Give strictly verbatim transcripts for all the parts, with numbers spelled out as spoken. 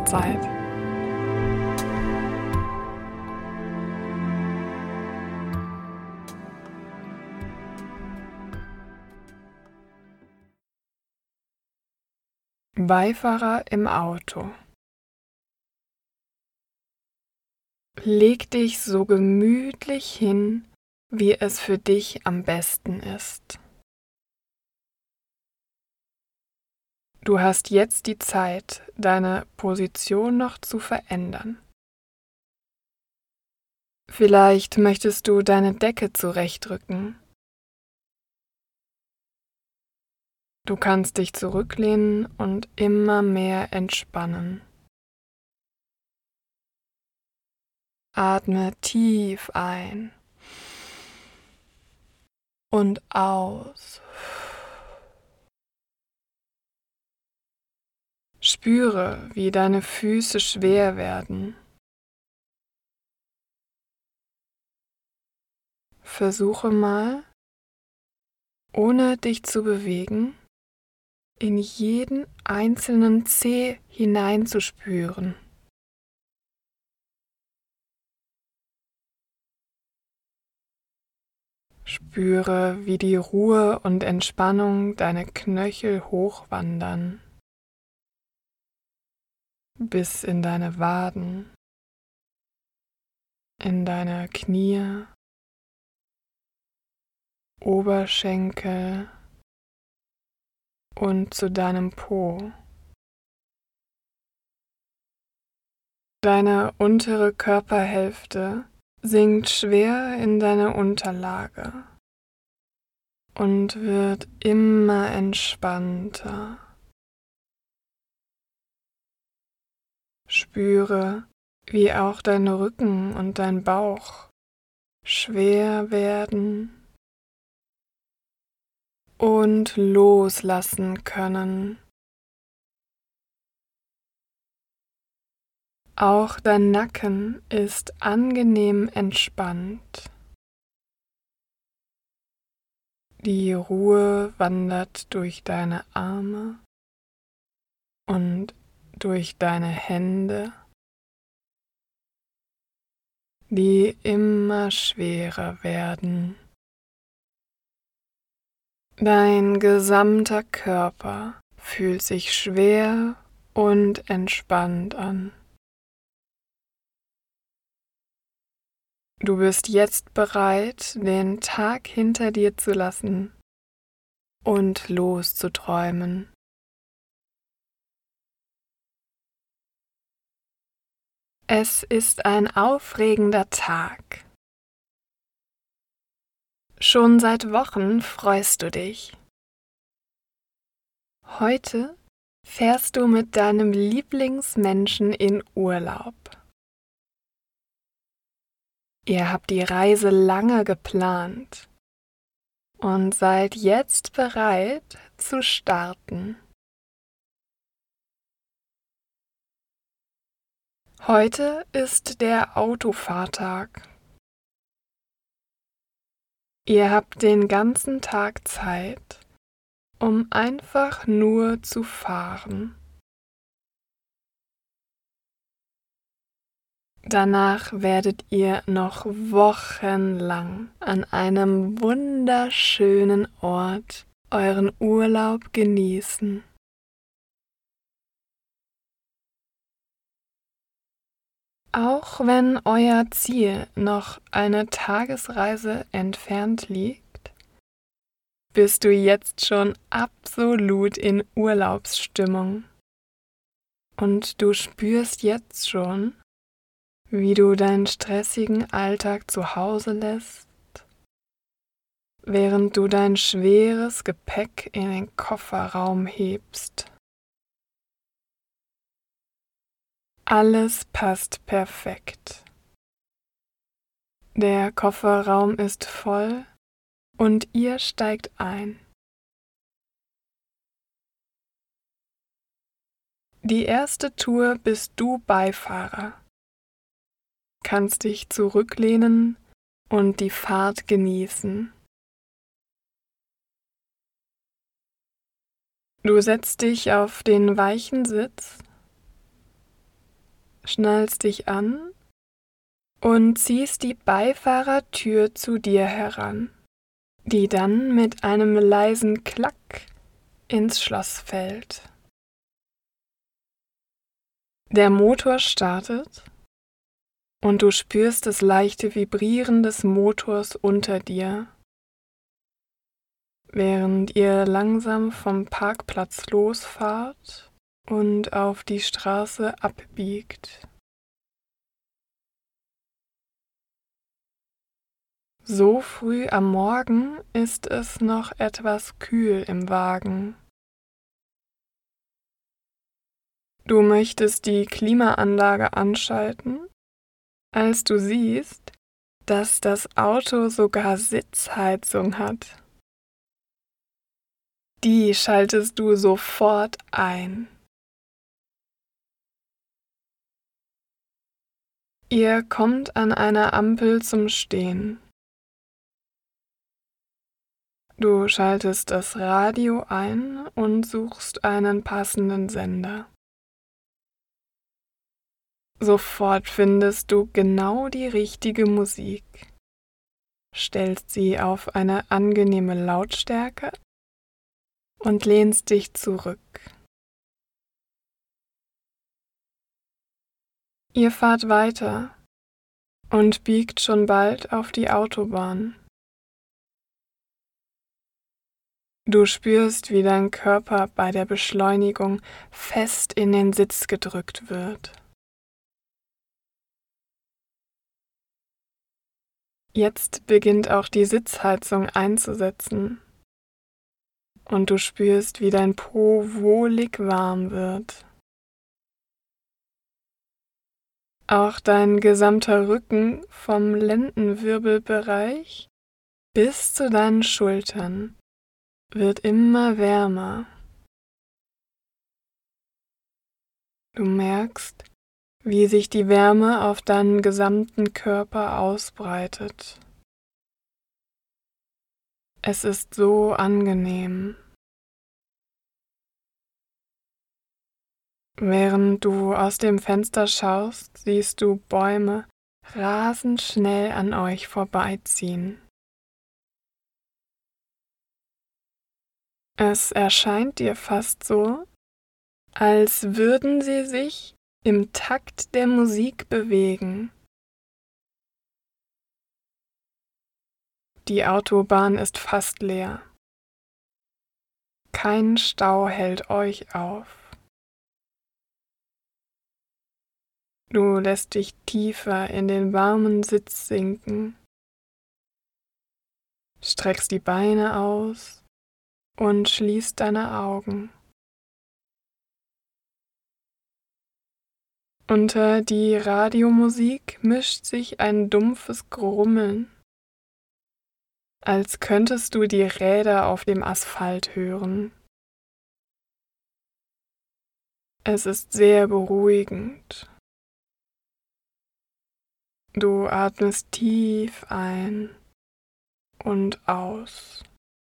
Zeit. Beifahrer im Auto. Leg dich so gemütlich hin, wie es für dich am besten ist. Du hast jetzt die Zeit, deine Position noch zu verändern. Vielleicht möchtest du deine Decke zurechtrücken. Du kannst dich zurücklehnen und immer mehr entspannen. Atme tief ein und aus. Spüre, wie deine Füße schwer werden. Versuche mal, ohne dich zu bewegen, in jeden einzelnen Zeh hineinzuspüren. Spüre, wie die Ruhe und Entspannung deine Knöchel hochwandern, bis in deine Waden, in deine Knie, Oberschenkel und zu deinem Po. Deine untere Körperhälfte sinkt schwer in deine Unterlage und wird immer entspannter. Spüre, wie auch dein Rücken und dein Bauch schwer werden und loslassen können. Auch dein Nacken ist angenehm entspannt. Die Ruhe wandert durch deine Arme und durch deine Hände, die immer schwerer werden. Dein gesamter Körper fühlt sich schwer und entspannt an. Du bist jetzt bereit, den Tag hinter dir zu lassen und loszuträumen. Es ist ein aufregender Tag. Schon seit Wochen freust du dich. Heute fährst du mit deinem Lieblingsmenschen in Urlaub. Ihr habt die Reise lange geplant und seid jetzt bereit zu starten. Heute ist der Autofahrtag. Ihr habt den ganzen Tag Zeit, um einfach nur zu fahren. Danach werdet ihr noch wochenlang an einem wunderschönen Ort euren Urlaub genießen. Auch wenn euer Ziel noch eine Tagesreise entfernt liegt, bist du jetzt schon absolut in Urlaubsstimmung und du spürst jetzt schon, wie du deinen stressigen Alltag zu Hause lässt, während du dein schweres Gepäck in den Kofferraum hebst. Alles passt perfekt. Der Kofferraum ist voll und ihr steigt ein. Die erste Tour bist du Beifahrer. Kannst dich zurücklehnen und die Fahrt genießen. Du setzt dich auf den weichen Sitz schnallst dich an und ziehst die Beifahrertür zu dir heran, die dann mit einem leisen Klack ins Schloss fällt. Der Motor startet und du spürst das leichte Vibrieren des Motors unter dir, während ihr langsam vom Parkplatz losfahrt und auf die Straße abbiegt. So früh am Morgen ist es noch etwas kühl im Wagen. Du möchtest die Klimaanlage anschalten, als du siehst, dass das Auto sogar Sitzheizung hat. Die schaltest du sofort ein. Ihr kommt an einer Ampel zum Stehen. Du schaltest das Radio ein und suchst einen passenden Sender. Sofort findest du genau die richtige Musik, stellst sie auf eine angenehme Lautstärke und lehnst dich zurück. Ihr fahrt weiter und biegt schon bald auf die Autobahn. Du spürst, wie dein Körper bei der Beschleunigung fest in den Sitz gedrückt wird. Jetzt beginnt auch die Sitzheizung einzusetzen und du spürst, wie dein Po wohlig warm wird. Auch dein gesamter Rücken vom Lendenwirbelbereich bis zu deinen Schultern wird immer wärmer. Du merkst, wie sich die Wärme auf deinen gesamten Körper ausbreitet. Es ist so angenehm. Während du aus dem Fenster schaust, siehst du Bäume rasend schnell an euch vorbeiziehen. Es erscheint dir fast so, als würden sie sich im Takt der Musik bewegen. Die Autobahn ist fast leer. Kein Stau hält euch auf. Du lässt dich tiefer in den warmen Sitz sinken, streckst die Beine aus und schließt deine Augen. Unter die Radiomusik mischt sich ein dumpfes Grummeln, als könntest du die Räder auf dem Asphalt hören. Es ist sehr beruhigend. Du atmest tief ein und aus.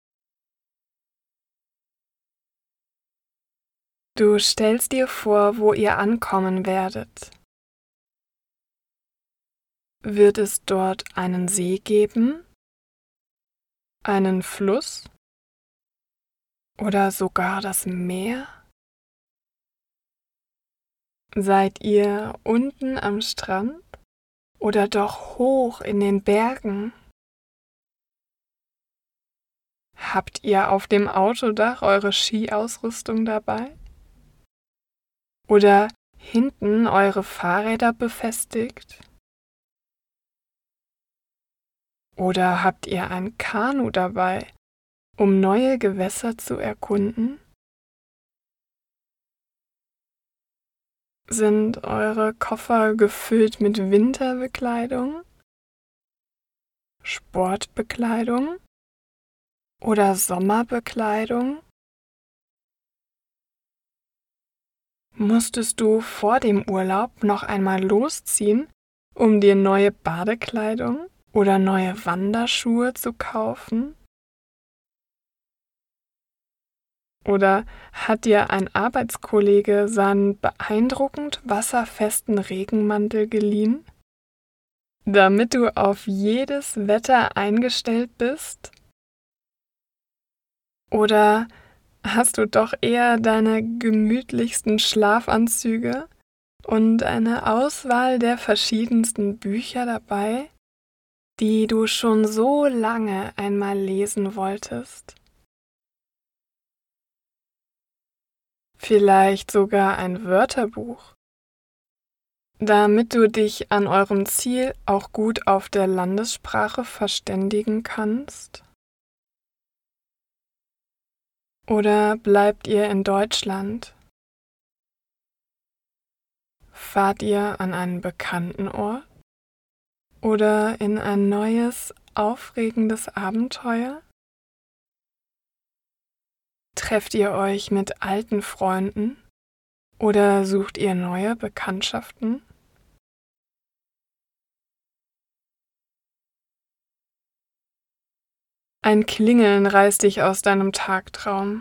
Du stellst dir vor, wo ihr ankommen werdet. Wird es dort einen See geben? Einen Fluss? Oder sogar das Meer? Seid ihr unten am Strand oder doch hoch in den Bergen? Habt ihr auf dem Autodach eure Skiausrüstung dabei? Oder hinten eure Fahrräder befestigt? Oder habt ihr ein Kanu dabei, um neue Gewässer zu erkunden? Sind eure Koffer gefüllt mit Winterbekleidung, Sportbekleidung oder Sommerbekleidung? Musstest du vor dem Urlaub noch einmal losziehen, um dir neue Badekleidung oder neue Wanderschuhe zu kaufen? Oder hat dir ein Arbeitskollege seinen beeindruckend wasserfesten Regenmantel geliehen, damit du auf jedes Wetter eingestellt bist? Oder hast du doch eher deine gemütlichsten Schlafanzüge und eine Auswahl der verschiedensten Bücher dabei, die du schon so lange einmal lesen wolltest? Vielleicht sogar ein Wörterbuch, damit du dich an eurem Ziel auch gut auf der Landessprache verständigen kannst? Oder bleibt ihr in Deutschland? Fahrt ihr an einen bekannten Ort? Oder in ein neues, aufregendes Abenteuer? Trefft ihr euch mit alten Freunden? Oder sucht ihr neue Bekanntschaften? Ein Klingeln reißt dich aus deinem Tagtraum.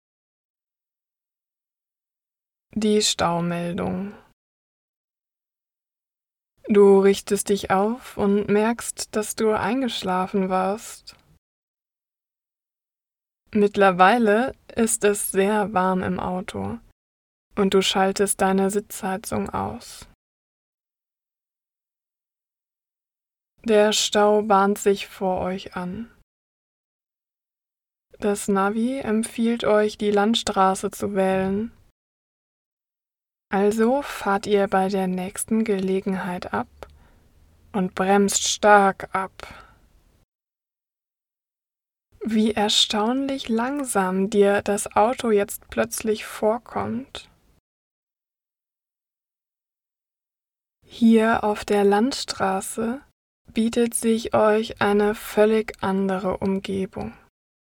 Die Staumeldung. Du richtest dich auf und merkst, dass du eingeschlafen warst. Mittlerweile ist es sehr warm im Auto und du schaltest deine Sitzheizung aus. Der Stau bahnt sich vor euch an. Das Navi empfiehlt euch, die Landstraße zu wählen. Also fahrt ihr bei der nächsten Gelegenheit ab und bremst stark ab. Wie erstaunlich langsam dir das Auto jetzt plötzlich vorkommt. Hier auf der Landstraße bietet sich euch eine völlig andere Umgebung.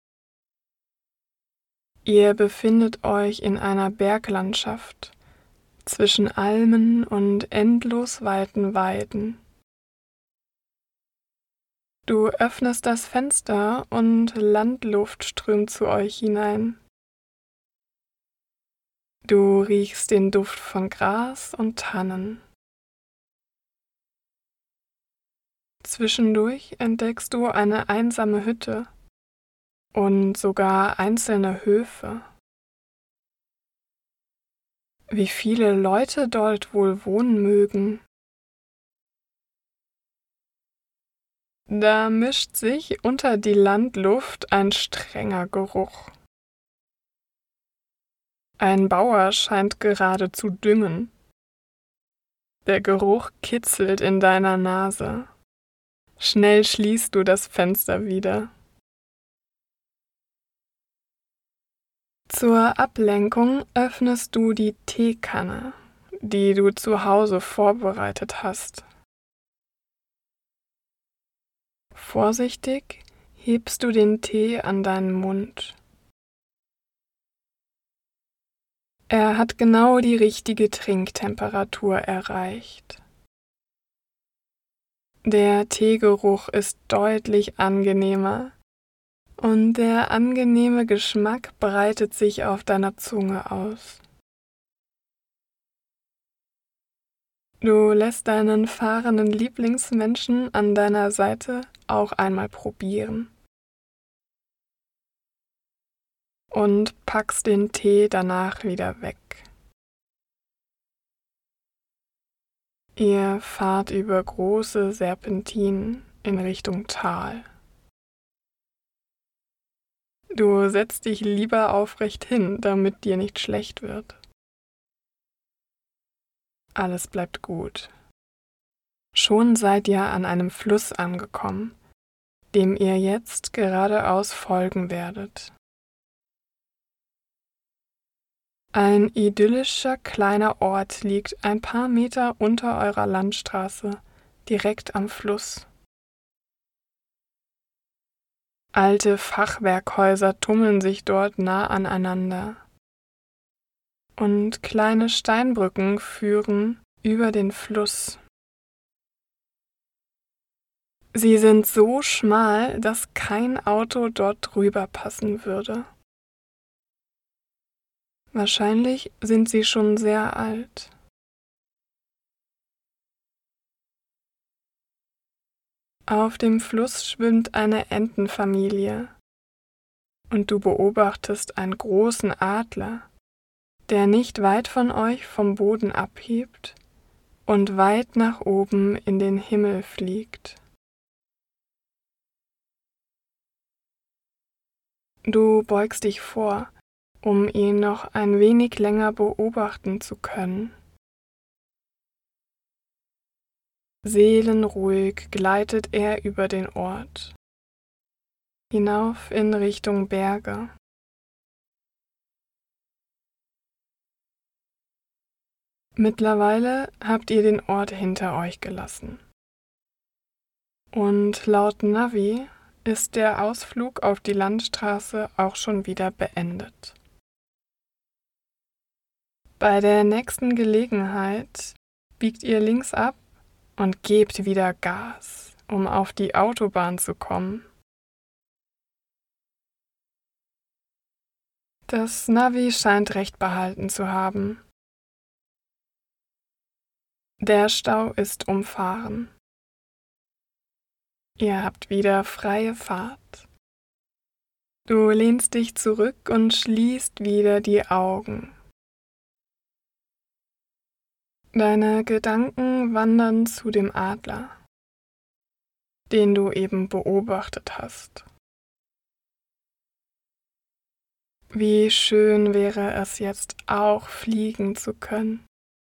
Ihr befindet euch in einer Berglandschaft zwischen Almen und endlos weiten Weiden. Du öffnest das Fenster und Landluft strömt zu euch hinein. Du riechst den Duft von Gras und Tannen. Zwischendurch entdeckst du eine einsame Hütte und sogar einzelne Höfe. Wie viele Leute dort wohl wohnen mögen. Da mischt sich unter die Landluft ein strenger Geruch. Ein Bauer scheint gerade zu düngen. Der Geruch kitzelt in deiner Nase. Schnell schließt du das Fenster wieder. Zur Ablenkung öffnest du die Teekanne, die du zu Hause vorbereitet hast. Vorsichtig hebst du den Tee an deinen Mund. Er hat genau die richtige Trinktemperatur erreicht. Der Teegeruch ist deutlich angenehmer und der angenehme Geschmack breitet sich auf deiner Zunge aus. Du lässt deinen fahrenden Lieblingsmenschen an deiner Seite auch einmal probieren und packst den Tee danach wieder weg. Ihr fahrt über große Serpentinen in Richtung Tal. Du setzt dich lieber aufrecht hin, damit dir nicht schlecht wird. Alles bleibt gut. Schon seid ihr an einem Fluss angekommen, dem ihr jetzt geradeaus folgen werdet. Ein idyllischer kleiner Ort liegt ein paar Meter unter eurer Landstraße, direkt am Fluss. Alte Fachwerkhäuser tummeln sich dort nah aneinander und kleine Steinbrücken führen über den Fluss. Sie sind so schmal, dass kein Auto dort drüber passen würde. Wahrscheinlich sind sie schon sehr alt. Auf dem Fluss schwimmt eine Entenfamilie und du beobachtest einen großen Adler, der nicht weit von euch vom Boden abhebt und weit nach oben in den Himmel fliegt. Du beugst dich vor, um ihn noch ein wenig länger beobachten zu können. Seelenruhig gleitet er über den Ort, hinauf in Richtung Berge. Mittlerweile habt ihr den Ort hinter euch gelassen. Und laut Navi ist der Ausflug auf die Landstraße auch schon wieder beendet. Bei der nächsten Gelegenheit biegt ihr links ab und gebt wieder Gas, um auf die Autobahn zu kommen. Das Navi scheint recht behalten zu haben. Der Stau ist umfahren. Ihr habt wieder freie Fahrt. Du lehnst dich zurück und schließt wieder die Augen. Deine Gedanken wandern zu dem Adler, den du eben beobachtet hast. Wie schön wäre es jetzt auch fliegen zu können.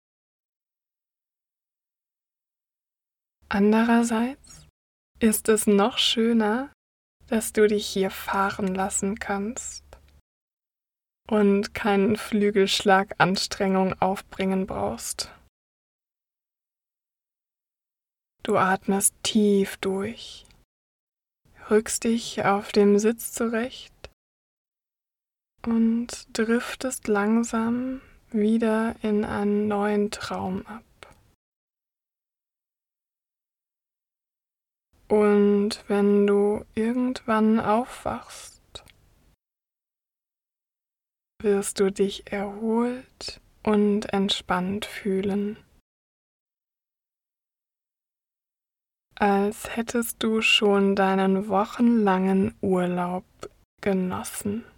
Andererseits ist es noch schöner, dass du dich hier fahren lassen kannst und keinen Flügelschlag Anstrengung aufbringen brauchst. Du atmest tief durch, rückst dich auf dem Sitz zurecht und driftest langsam wieder in einen neuen Traum ab. Und wenn du irgendwann aufwachst, wirst du dich erholt und entspannt fühlen, als hättest du schon deinen wochenlangen Urlaub genossen.